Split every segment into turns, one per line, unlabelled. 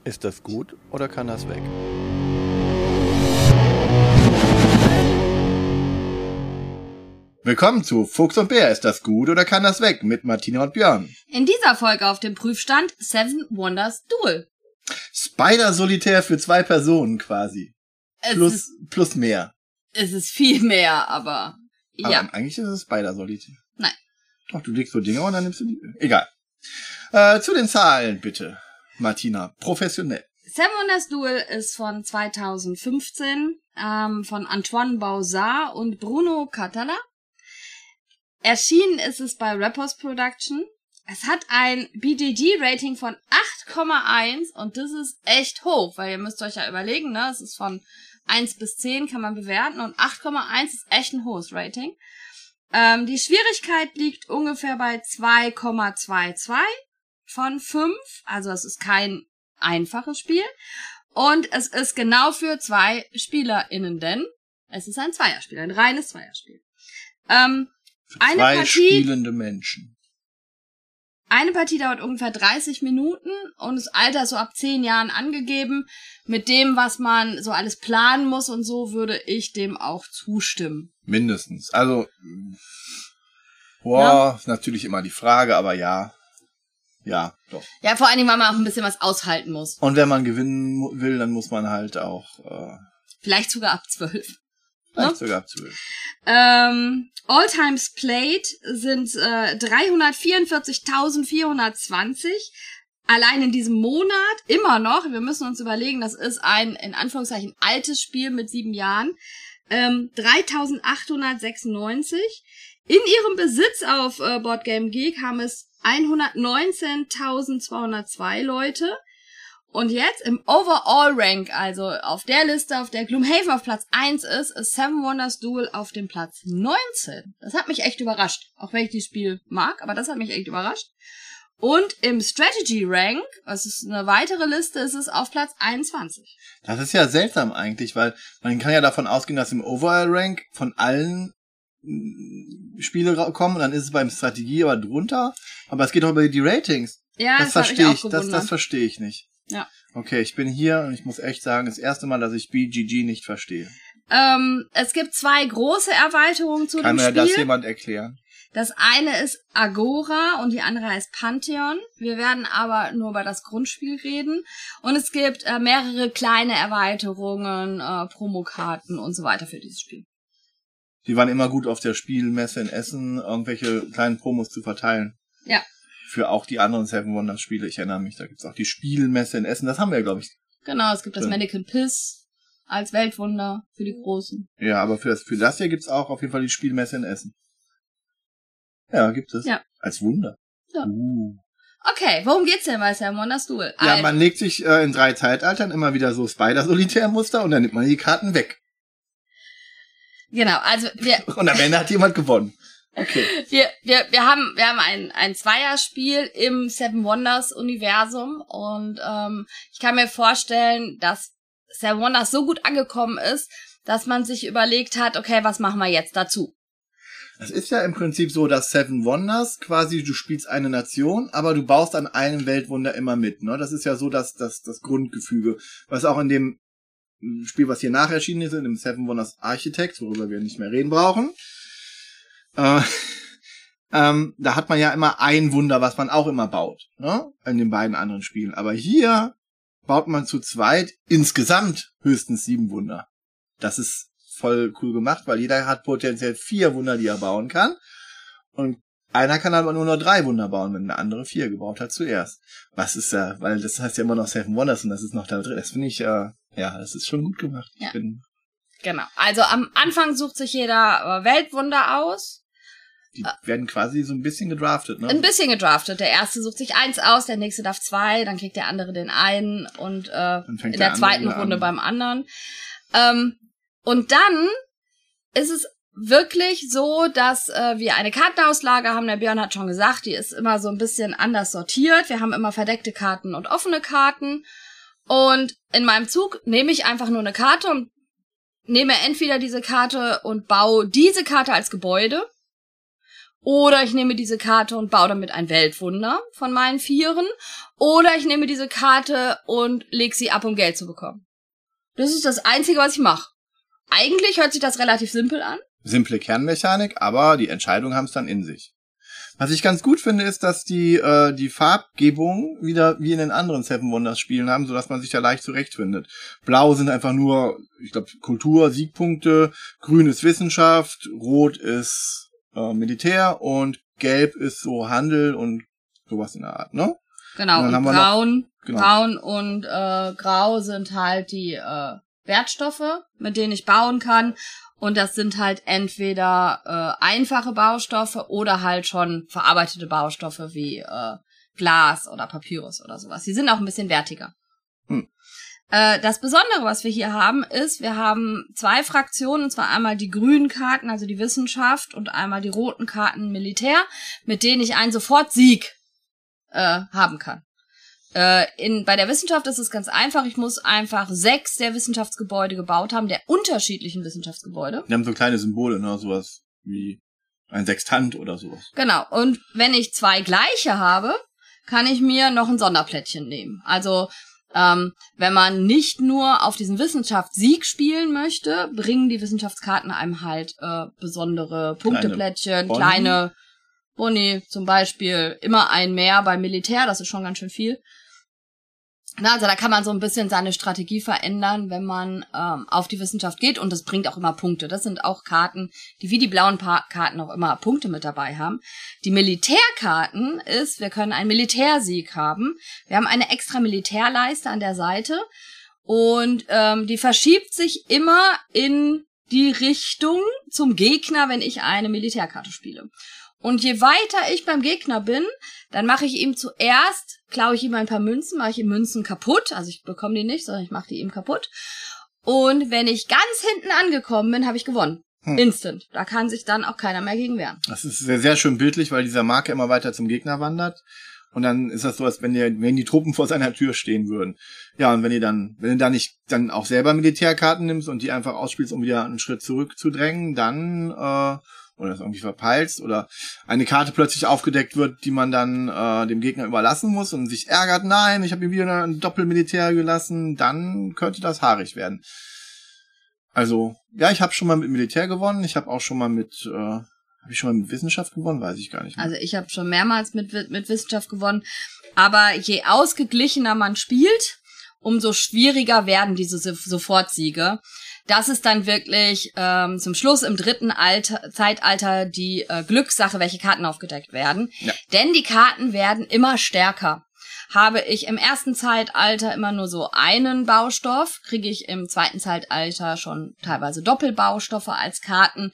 Ist das gut oder kann das weg? Willkommen zu Fuchs und Bär. Ist das gut oder kann das weg? Mit Martina und Björn.
In dieser Folge auf dem Prüfstand Seven Wonders Duel.
Spider-Solitär für 2 Personen quasi. Plus mehr.
Es ist viel mehr, aber ja.
Aber eigentlich ist es Spider-Solitär.
Nein.
Doch, du legst so Dinge und dann nimmst du die. Egal. Zu den Zahlen bitte, Martina. Professionell.
Seven Wonders Duel ist von 2015 von Antoine Bauzard und Bruno Catala. Erschienen ist es bei Repos Production. Es hat ein BGG-Rating von 8,1 und das ist echt hoch, weil ihr müsst euch ja überlegen, ne, es ist von 1 bis 10 kann man bewerten und 8,1 ist echt ein hohes Rating. Die Schwierigkeit liegt ungefähr bei 2,22 von 5, also es ist kein einfaches Spiel und es ist genau für 2 SpielerInnen, denn es ist ein Zweierspiel, ein reines Zweierspiel.
Für 2 spielende Menschen.
Eine Partie dauert ungefähr 30 Minuten und das Alter ist so ab 10 Jahren angegeben. Mit dem, was man so alles planen muss und so, würde ich dem auch zustimmen.
Mindestens. Also, boah, ist natürlich immer die Frage, aber ja. Ja, doch.
Ja, vor allen Dingen, weil man auch ein bisschen was aushalten muss.
Und wenn man gewinnen will, dann muss man halt auch...
vielleicht sogar ab 12.
Vielleicht sogar ab 12.
All Times Played sind 344.420. Allein in diesem Monat immer noch. Wir müssen uns überlegen, das ist ein, in Anführungszeichen, altes Spiel mit 7 Jahren. 3.896. In ihrem Besitz auf Board Game Geek haben es 119.202 Leute. Und jetzt im Overall Rank, also auf der Liste, auf der Gloomhaven auf Platz 1 ist Seven Wonders Duel auf dem Platz 19. Das hat mich echt überrascht. Auch wenn ich dieses Spiel mag, aber das hat mich echt überrascht. Und im Strategy Rank, das ist eine weitere Liste, ist es auf Platz 21.
Das ist ja seltsam eigentlich, weil man kann ja davon ausgehen, dass im Overall Rank von allen Spiele kommen und dann ist es beim Strategie aber drunter. Aber es geht doch über die Ratings.
Ja,
das verstehe ich. Das verstehe ich nicht.
Ja.
Okay, ich bin hier und ich muss echt sagen, das erste Mal, dass ich BGG nicht verstehe.
Es gibt 2 große Erweiterungen zu dem Spiel.
Kann mir das jemand erklären?
Das eine ist Agora und die andere heißt Pantheon. Wir werden aber nur über das Grundspiel reden. Und es gibt mehrere kleine Erweiterungen, Promokarten und so weiter für dieses Spiel.
Die waren immer gut auf der Spielmesse in Essen, irgendwelche kleinen Promos zu verteilen.
Ja.
Für auch die anderen Seven Wonders Spiele. Ich erinnere mich, da gibt's auch die Spielmesse in Essen. Das haben wir, glaube ich.
Genau, es gibt das Mannequin Piss als Weltwunder für die Großen.
Ja, aber für das hier gibt's auch auf jeden Fall die Spielmesse in Essen. Ja, gibt es.
Ja.
Als Wunder.
Ja. Okay, worum geht's denn bei Seven Wonders Duel?
Ja, man legt sich in 3 Zeitaltern immer wieder so Spider-Solitär-Muster und dann nimmt man die Karten weg.
Genau, also
und am Ende hat jemand gewonnen. Okay.
Wir haben ein Zweierspiel im Seven Wonders Universum und ich kann mir vorstellen, dass Seven Wonders so gut angekommen ist, dass man sich überlegt hat, okay, was machen wir jetzt dazu?
Es ist ja im Prinzip so, dass Seven Wonders quasi, du spielst eine Nation, aber du baust an einem Weltwunder immer mit, ne? Das ist ja so das Grundgefüge, was auch in dem Spiel, was hier nacherschienen ist, in dem Seven Wonders Architects, worüber wir nicht mehr reden brauchen. Da hat man ja immer ein Wunder, was man auch immer baut, ne? In den beiden anderen Spielen. Aber hier baut man zu zweit insgesamt höchstens 7 Wunder. Das ist voll cool gemacht, weil jeder hat potenziell 4 Wunder, die er bauen kann. Und einer kann aber nur noch 3 Wunder bauen, wenn der andere 4 gebaut hat zuerst. Was ist ja, weil das heißt ja immer noch Seven Wonders und das ist noch da drin. Das finde ich, ja, das ist schon gut gemacht.
Ja. Genau. Also am Anfang sucht sich jeder Weltwunder aus.
Die werden quasi so ein bisschen gedraftet, ne?
Ein bisschen gedraftet. Der erste sucht sich 1 aus, der nächste darf 2, dann kriegt der andere den einen und in der zweiten Runde beim anderen. Und dann ist es wirklich so, dass wir eine Kartenauslage haben. Der Björn hat schon gesagt, die ist immer so ein bisschen anders sortiert. Wir haben immer verdeckte Karten und offene Karten. Und in meinem Zug nehme ich einfach nur eine Karte und nehme entweder diese Karte und baue diese Karte als Gebäude. Oder ich nehme diese Karte und baue damit ein Weltwunder von meinen 4. Oder ich nehme diese Karte und lege sie ab, um Geld zu bekommen. Das ist das Einzige, was ich mache. Eigentlich hört sich das relativ simpel an.
Simple Kernmechanik, aber die Entscheidungen haben es dann in sich. Was ich ganz gut finde, ist, dass die Farbgebung wieder wie in den anderen Seven Wonders Spielen haben, sodass man sich da leicht zurechtfindet. Blau sind einfach nur, ich glaube, Kultur, Siegpunkte, grün ist Wissenschaft, rot ist Militär und gelb ist so Handel und sowas in der Art, ne?
Genau, und braun und grau sind halt die Wertstoffe, mit denen ich bauen kann. Und das sind halt entweder einfache Baustoffe oder halt schon verarbeitete Baustoffe wie Glas oder Papyrus oder sowas. Die sind auch ein bisschen wertiger. Das Besondere, was wir hier haben, ist, wir haben 2 Fraktionen, und zwar einmal die grünen Karten, also die Wissenschaft, und einmal die roten Karten Militär, mit denen ich einen Sofortsieg haben kann. Bei der Wissenschaft ist es ganz einfach. Ich muss einfach 6 der Wissenschaftsgebäude gebaut haben, der unterschiedlichen Wissenschaftsgebäude.
Die haben so kleine Symbole, ne, sowas wie ein Sextant oder sowas.
Genau. Und wenn ich 2 gleiche habe, kann ich mir noch ein Sonderplättchen nehmen. Also, wenn man nicht nur auf diesen Wissenschaftssieg spielen möchte, bringen die Wissenschaftskarten einem halt besondere Punkteplättchen, kleine Boni zum Beispiel, immer ein mehr beim Militär, das ist schon ganz schön viel. Na, also da kann man so ein bisschen seine Strategie verändern, wenn man auf die Wissenschaft geht, und das bringt auch immer Punkte. Das sind auch Karten, die wie die blauen Karten auch immer Punkte mit dabei haben. Die Militärkarten ist, wir können einen Militärsieg haben. Wir haben eine extra Militärleiste an der Seite und die verschiebt sich immer in die Richtung zum Gegner, wenn ich eine Militärkarte spiele. Und je weiter ich beim Gegner bin, dann mache ich ihm zuerst, klaue ich ihm ein paar Münzen, mache ich ihm Münzen kaputt. Also ich bekomme die nicht, sondern ich mache die ihm kaputt. Und wenn ich ganz hinten angekommen bin, habe ich gewonnen. Instant. Da kann sich dann auch keiner mehr gegen wehren.
Das ist sehr, sehr schön bildlich, weil dieser Marker immer weiter zum Gegner wandert. Und dann ist das so, als wenn die Truppen vor seiner Tür stehen würden. Ja, und wenn du da nicht dann auch selber Militärkarten nimmst und die einfach ausspielst, um wieder einen Schritt zurückzudrängen, dann oder das irgendwie verpeilst oder eine Karte plötzlich aufgedeckt wird, die man dann dem Gegner überlassen muss und sich ärgert, nein, ich habe ihm wieder ein Doppelmilitär gelassen, dann könnte das haarig werden. Also, ja, ich habe schon mal mit Militär gewonnen, ich habe auch schon mal mit Wissenschaft gewonnen, weiß ich gar nicht mehr.
Also ich habe schon mehrmals mit Wissenschaft gewonnen, aber je ausgeglichener man spielt, umso schwieriger werden diese Sofortsiege. Das ist dann wirklich zum Schluss im 3. Zeitalter die Glückssache, welche Karten aufgedeckt werden. Ja. Denn die Karten werden immer stärker. Habe ich im 1. Zeitalter immer nur so einen Baustoff, kriege ich im 2. Zeitalter schon teilweise Doppelbaustoffe als Karten.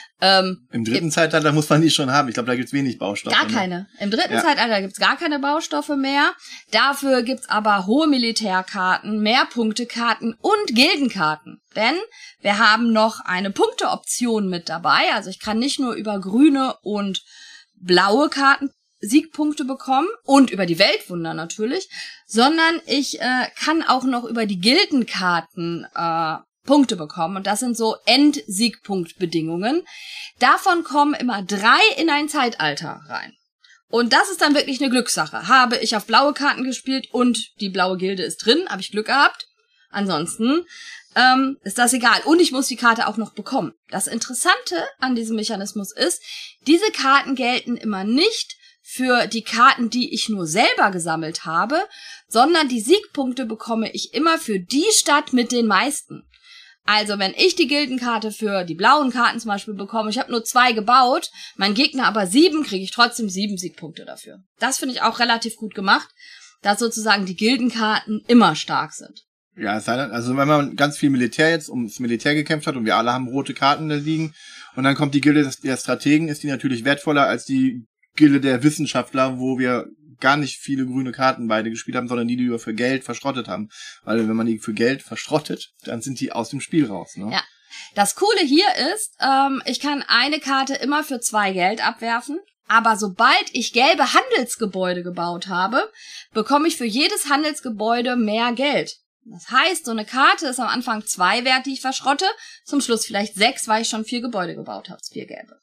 Im 3. Zeitalter muss man die schon haben. Ich glaube, da gibt's wenig Baustoffe.
Gar keine. Im 3. Zeitalter gibt's gar keine Baustoffe mehr. Dafür gibt's aber hohe Militärkarten, Mehrpunktekarten und Gildenkarten. Denn wir haben noch eine Punkteoption mit dabei. Also ich kann nicht nur über grüne und blaue Karten Siegpunkte bekommen und über die Weltwunder natürlich, sondern ich kann auch noch über die Gildenkarten Punkte bekommen, und das sind so Endsiegpunktbedingungen. Davon kommen immer 3 in ein Zeitalter rein. Und das ist dann wirklich eine Glückssache. Habe ich auf blaue Karten gespielt und die blaue Gilde ist drin, habe ich Glück gehabt. Ansonsten ist das egal. Und ich muss die Karte auch noch bekommen. Das Interessante an diesem Mechanismus ist, diese Karten gelten immer nicht für die Karten, die ich nur selber gesammelt habe, sondern die Siegpunkte bekomme ich immer für die Stadt mit den meisten. Also wenn ich die Gildenkarte für die blauen Karten zum Beispiel bekomme, ich habe nur 2 gebaut, mein Gegner aber 7, kriege ich trotzdem 7 Siegpunkte dafür. Das finde ich auch relativ gut gemacht, dass sozusagen die Gildenkarten immer stark sind.
Ja, also wenn man ganz viel Militär jetzt ums Militär gekämpft hat und wir alle haben rote Karten da liegen und dann kommt die Gilde der Strategen, ist die natürlich wertvoller als die Gilde der Wissenschaftler, wo wir gar nicht viele grüne Karten beide gespielt haben, sondern die wir für Geld verschrottet haben. Weil wenn man die für Geld verschrottet, dann sind die aus dem Spiel raus, ne?
Ja. Das Coole hier ist, ich kann eine Karte immer für 2 Geld abwerfen, aber sobald ich gelbe Handelsgebäude gebaut habe, bekomme ich für jedes Handelsgebäude mehr Geld. Das heißt, so eine Karte ist am Anfang 2 wert, die ich verschrotte, zum Schluss vielleicht 6, weil ich schon 4 Gebäude gebaut habe, 4 gelbe.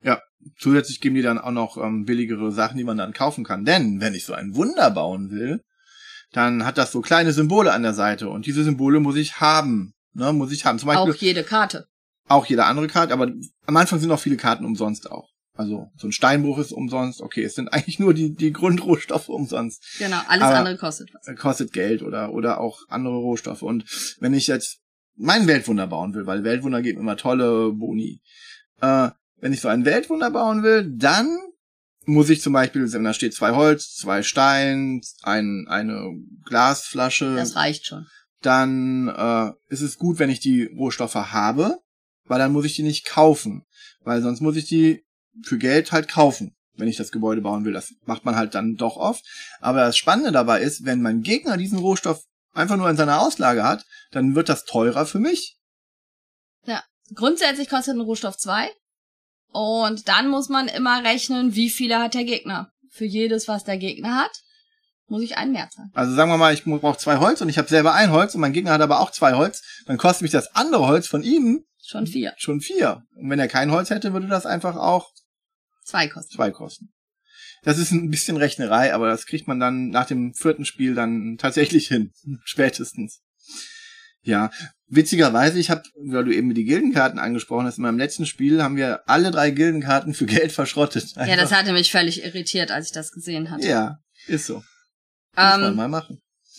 Ja, zusätzlich geben die dann auch noch billigere Sachen, die man dann kaufen kann. Denn wenn ich so ein Wunder bauen will, dann hat das so kleine Symbole an der Seite. Und diese Symbole muss ich haben. Ne, muss ich haben. Zum Beispiel
auch jede Karte.
Auch jede andere Karte, aber am Anfang sind auch viele Karten umsonst auch. Also so ein Steinbruch ist umsonst. Okay, es sind eigentlich nur die Grundrohstoffe umsonst.
Genau, alles andere kostet was.
Kostet Geld oder auch andere Rohstoffe. Und wenn ich jetzt mein Weltwunder bauen will, weil Weltwunder geben immer tolle Boni. Wenn ich so ein Weltwunder bauen will, dann muss ich zum Beispiel, wenn da steht 2 Holz, 2 Stein, eine Glasflasche.
Das reicht schon.
Dann ist es gut, wenn ich die Rohstoffe habe, weil dann muss ich die nicht kaufen. Weil sonst muss ich die für Geld halt kaufen, wenn ich das Gebäude bauen will. Das macht man halt dann doch oft. Aber das Spannende dabei ist, wenn mein Gegner diesen Rohstoff einfach nur in seiner Auslage hat, dann wird das teurer für mich.
Ja, grundsätzlich kostet ein Rohstoff 2. Und dann muss man immer rechnen, wie viele hat der Gegner. Für jedes, was der Gegner hat, muss ich einen mehr zahlen.
Also sagen wir mal, ich brauche 2 Holz und ich habe selber 1 Holz und mein Gegner hat aber auch 2 Holz, dann kostet mich das andere Holz von ihm
schon 4.
Schon 4. Und wenn er kein Holz hätte, würde das einfach auch
2 kosten.
2 kosten. Das ist ein bisschen Rechnerei, aber das kriegt man dann nach dem 4. Spiel dann tatsächlich hin. Spätestens. Ja, witzigerweise, weil du eben die Gildenkarten angesprochen hast, in meinem letzten Spiel haben wir alle 3 Gildenkarten für Geld verschrottet.
Ja, das hatte mich völlig irritiert, als ich das gesehen hatte.
Ja, ist so. Muss man mal machen.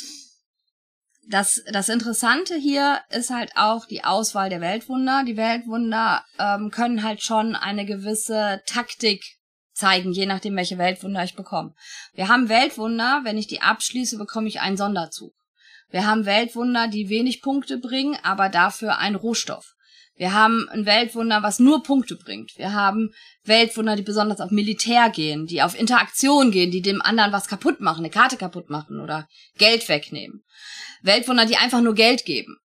Das Interessante hier ist halt auch die Auswahl der Weltwunder. Die Weltwunder können halt schon eine gewisse Taktik zeigen, je nachdem, welche Weltwunder ich bekomme. Wir haben Weltwunder, wenn ich die abschließe, bekomme ich einen Sonderzug. Wir haben Weltwunder, die wenig Punkte bringen, aber dafür einen Rohstoff. Wir haben ein Weltwunder, was nur Punkte bringt. Wir haben Weltwunder, die besonders auf Militär gehen, die auf Interaktion gehen, die dem anderen was kaputt machen, eine Karte kaputt machen oder Geld wegnehmen. Weltwunder, die einfach nur Geld geben.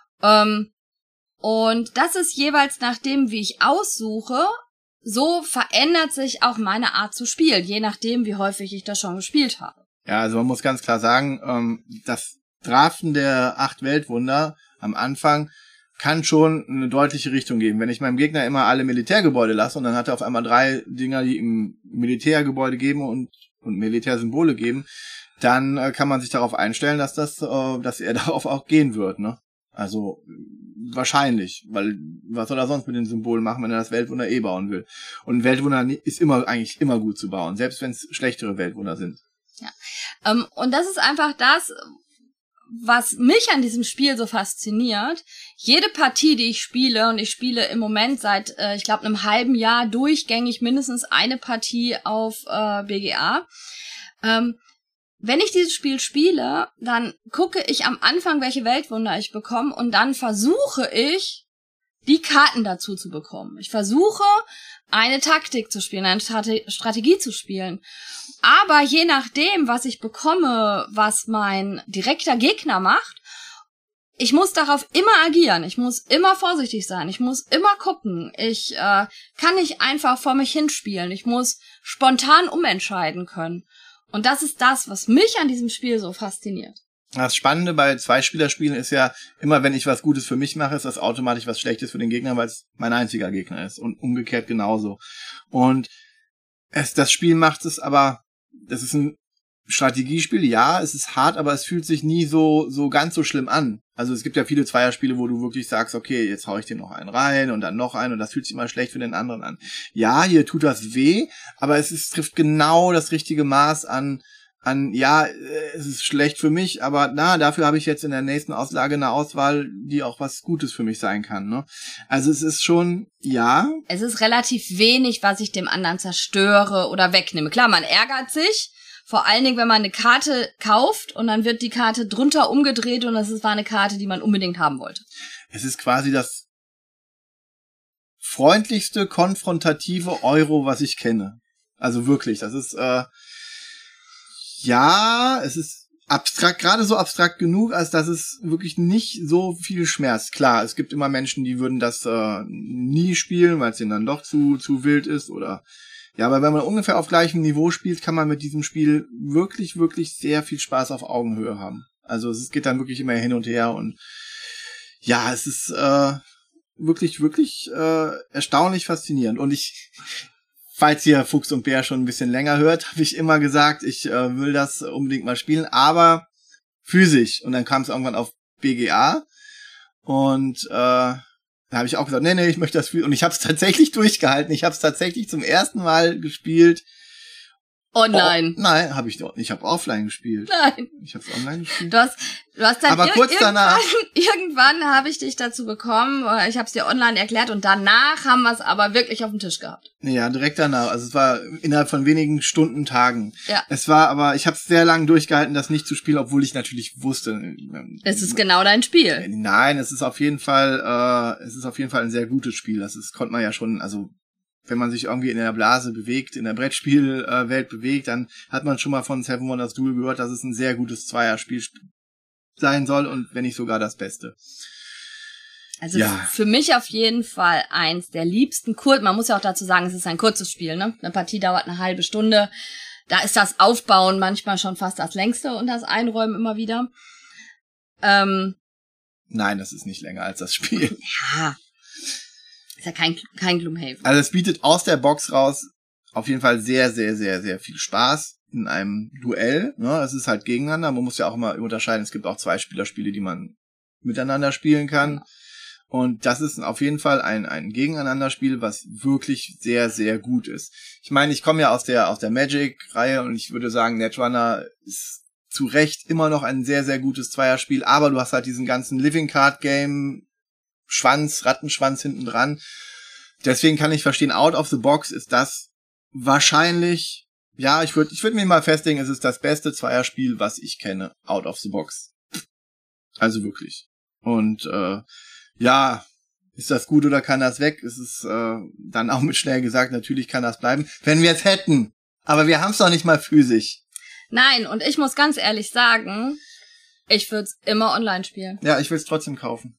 Und das ist jeweils nach dem, wie ich aussuche, so verändert sich auch meine Art zu spielen, je nachdem, wie häufig ich das schon gespielt habe.
Ja, also man muss ganz klar sagen, das Draften der 8 Weltwunder am Anfang kann schon eine deutliche Richtung geben. Wenn ich meinem Gegner immer alle Militärgebäude lasse und dann hat er auf einmal 3 Dinger, die im Militärgebäude geben und Militärsymbole geben, dann kann man sich darauf einstellen, dass er darauf auch gehen wird, ne? Also wahrscheinlich, weil was soll er sonst mit den Symbolen machen, wenn er das Weltwunder bauen will? Und ein Weltwunder ist eigentlich immer gut zu bauen, selbst wenn es schlechtere Weltwunder sind.
Ja, und das ist einfach das, was mich an diesem Spiel so fasziniert. Jede Partie, die ich spiele, und ich spiele im Moment seit, ich glaube, einem halben Jahr durchgängig mindestens eine Partie auf BGA. Wenn ich dieses Spiel spiele, dann gucke ich am Anfang, welche Weltwunder ich bekomme, und dann versuche ich, die Karten dazu zu bekommen. Ich versuche, eine Taktik zu spielen, eine Strategie zu spielen. Aber je nachdem, was ich bekomme, was mein direkter Gegner macht, ich muss darauf immer agieren. Ich muss immer vorsichtig sein. Ich muss immer gucken. Ich kann nicht einfach vor mich hinspielen. Ich muss spontan umentscheiden können. Und das ist das, was mich an diesem Spiel so fasziniert.
Das Spannende bei Zweispielerspielen ist ja, immer wenn ich was Gutes für mich mache, ist das automatisch was Schlechtes für den Gegner, weil es mein einziger Gegner ist. Und umgekehrt genauso. Und das Spiel macht es aber, das ist ein Strategiespiel, ja, es ist hart, aber es fühlt sich nie so ganz so schlimm an. Also es gibt ja viele Zweierspiele, wo du wirklich sagst, okay, jetzt hau ich dir noch einen rein und dann noch einen und das fühlt sich immer schlecht für den anderen an. Ja, hier tut das weh, aber trifft genau das richtige Maß an, ja, es ist schlecht für mich, aber dafür habe ich jetzt in der nächsten Auslage eine Auswahl, die auch was Gutes für mich sein kann, ne? Also es ist schon, ja.
Es ist relativ wenig, was ich dem anderen zerstöre oder wegnehme. Klar, man ärgert sich, vor allen Dingen, wenn man eine Karte kauft und dann wird die Karte drunter umgedreht und war eine Karte, die man unbedingt haben wollte.
Es ist quasi das freundlichste, konfrontative Euro, was ich kenne. Also wirklich, das ist, ja, es ist abstrakt, gerade so abstrakt genug, als dass es wirklich nicht so viel schmerzt. Klar, es gibt immer Menschen, die würden das nie spielen, weil es denen dann doch zu wild ist oder ja, aber wenn man ungefähr auf gleichem Niveau spielt, kann man mit diesem Spiel wirklich, wirklich sehr viel Spaß auf Augenhöhe haben. Also es geht dann wirklich immer hin und her und ja, es ist wirklich, wirklich erstaunlich faszinierend. Und falls ihr Fuchs und Bär schon ein bisschen länger hört, habe ich immer gesagt, ich will das unbedingt mal spielen, aber physisch. Und dann kam es irgendwann auf BGA und da habe ich auch gesagt, nee, ich möchte das spielen. Und ich habe es tatsächlich durchgehalten. Ich habe es tatsächlich zum ersten Mal gespielt.
Online.
Oh, nein, habe ich nicht. Ich habe offline gespielt.
Nein.
Ich habe es online gespielt.
Du hast dann
aber kurz danach.
Irgendwann habe ich dich dazu bekommen, ich habe es dir online erklärt und danach haben wir es aber wirklich auf dem Tisch gehabt.
Ja, direkt danach. Also es war innerhalb von wenigen Stunden, Tagen.
Ja.
Es war aber, ich habe es sehr lange durchgehalten, das nicht zu spielen, obwohl ich natürlich wusste.
Es ist genau dein Spiel.
Nein, es ist auf jeden Fall ein sehr gutes Spiel. Konnte man ja schon, also wenn man sich irgendwie in der Blase bewegt, in der Brettspielwelt bewegt, dann hat man schon mal von Seven Wonders Duel gehört, dass es ein sehr gutes Zweierspiel sein soll und wenn nicht sogar das Beste.
Also für mich auf jeden Fall eins der liebsten man muss ja auch dazu sagen, es ist ein kurzes Spiel, ne? Eine Partie dauert eine halbe Stunde. Da ist das Aufbauen manchmal schon fast das längste und das Einräumen immer wieder.
Nein, das ist nicht länger als das Spiel.
Ja. Ist ja kein Gloomhaven.
Also es bietet aus der Box raus auf jeden Fall sehr, sehr, sehr, sehr viel Spaß in einem Duell. Ne? Es ist halt gegeneinander. Man muss ja auch immer unterscheiden. Es gibt auch Zwei-Spieler-Spiele, die man miteinander spielen kann. Ja. Und das ist auf jeden Fall ein Gegeneinanderspiel, was wirklich sehr, sehr gut ist. Ich meine, ich komme ja aus der Magic-Reihe und ich würde sagen, Netrunner ist zu Recht immer noch ein sehr, sehr gutes Zweierspiel. Aber du hast halt diesen ganzen Living Card Game Rattenschwanz hinten dran. Deswegen kann ich verstehen, out of the box ist das wahrscheinlich, ja, ich würde mir mal festlegen, es ist das beste Zweierspiel, was ich kenne, out of the box. Also wirklich. Und ja, ist das gut oder kann das weg? Es ist dann auch mit schnell gesagt, natürlich kann das bleiben, wenn wir es hätten. Aber wir haben es doch nicht mal physisch.
Nein, und ich muss ganz ehrlich sagen, ich würde es immer online spielen.
Ja, ich will es trotzdem kaufen.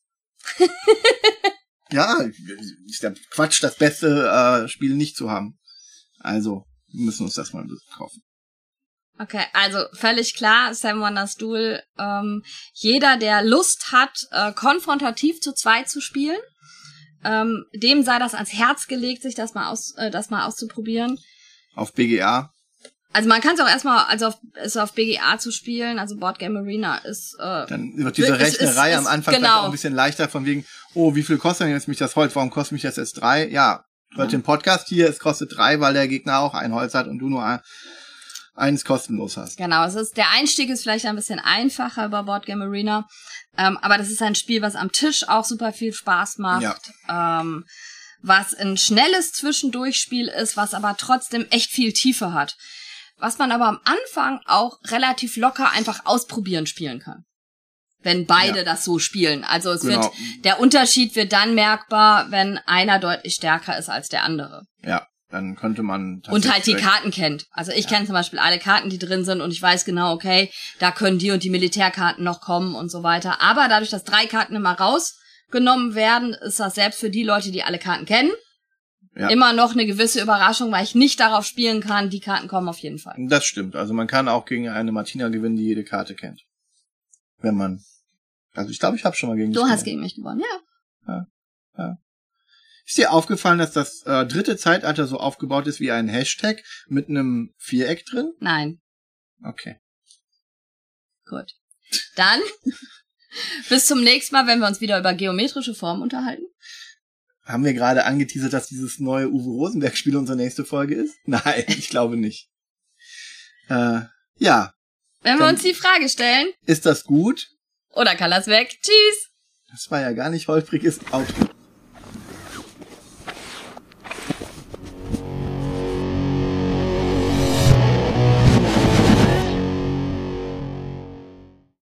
Ja, ist ja Quatsch, das beste Spiel nicht zu haben. Also, wir müssen uns das mal kaufen.
Okay, also völlig klar, Seven Wonders Duel. Jeder, der Lust hat, konfrontativ zu zweit zu spielen, dem sei das ans Herz gelegt, sich das mal auszuprobieren.
Auf BGA.
Also man kann es auch erstmal, auf BGA zu spielen, also Board Game Arena ist
dann wird diese Rechnerei am Anfang vielleicht auch ein bisschen leichter, von wegen, wie viel kostet denn jetzt mich das Holz? Warum kostet mich das jetzt 3? Ja, hört den Podcast hier, es kostet 3, weil der Gegner auch ein Holz hat und du nur eins kostenlos hast.
Genau, der Einstieg ist vielleicht ein bisschen einfacher über Board Game Arena, aber das ist ein Spiel, was am Tisch auch super viel Spaß macht. Ja. Was ein schnelles Zwischendurchspiel ist, was aber trotzdem echt viel Tiefe hat. Was man aber am Anfang auch relativ locker einfach ausprobieren spielen kann. Wenn beide das so spielen. Also der Unterschied wird dann merkbar, wenn einer deutlich stärker ist als der andere.
Ja, dann könnte man...
Und halt die Karten kennt. Also ich kenne zum Beispiel alle Karten, die drin sind und ich weiß genau, okay, da können die und die Militärkarten noch kommen und so weiter. Aber dadurch, dass 3 Karten immer rausgenommen werden, ist das selbst für die Leute, die alle Karten kennen, immer noch eine gewisse Überraschung, weil ich nicht darauf spielen kann, die Karten kommen auf jeden Fall.
Das stimmt. Also man kann auch gegen eine Martina gewinnen, die jede Karte kennt. Wenn man... Also ich glaube, ich habe schon mal gegen dich gewonnen.
Du hast gegen mich gewonnen,
ja. Ist dir aufgefallen, dass das dritte Zeitalter so aufgebaut ist wie ein Hashtag mit einem Viereck drin?
Nein.
Okay.
Gut. Dann bis zum nächsten Mal, wenn wir uns wieder über geometrische Formen unterhalten.
Haben wir gerade angeteasert, dass dieses neue Uwe Rosenberg-Spiel unsere nächste Folge ist? Nein, ich glaube nicht. Ja.
Wenn wir uns die Frage stellen.
Ist das gut?
Oder kann das weg? Tschüss.
Das war ja gar nicht holpriges Outro.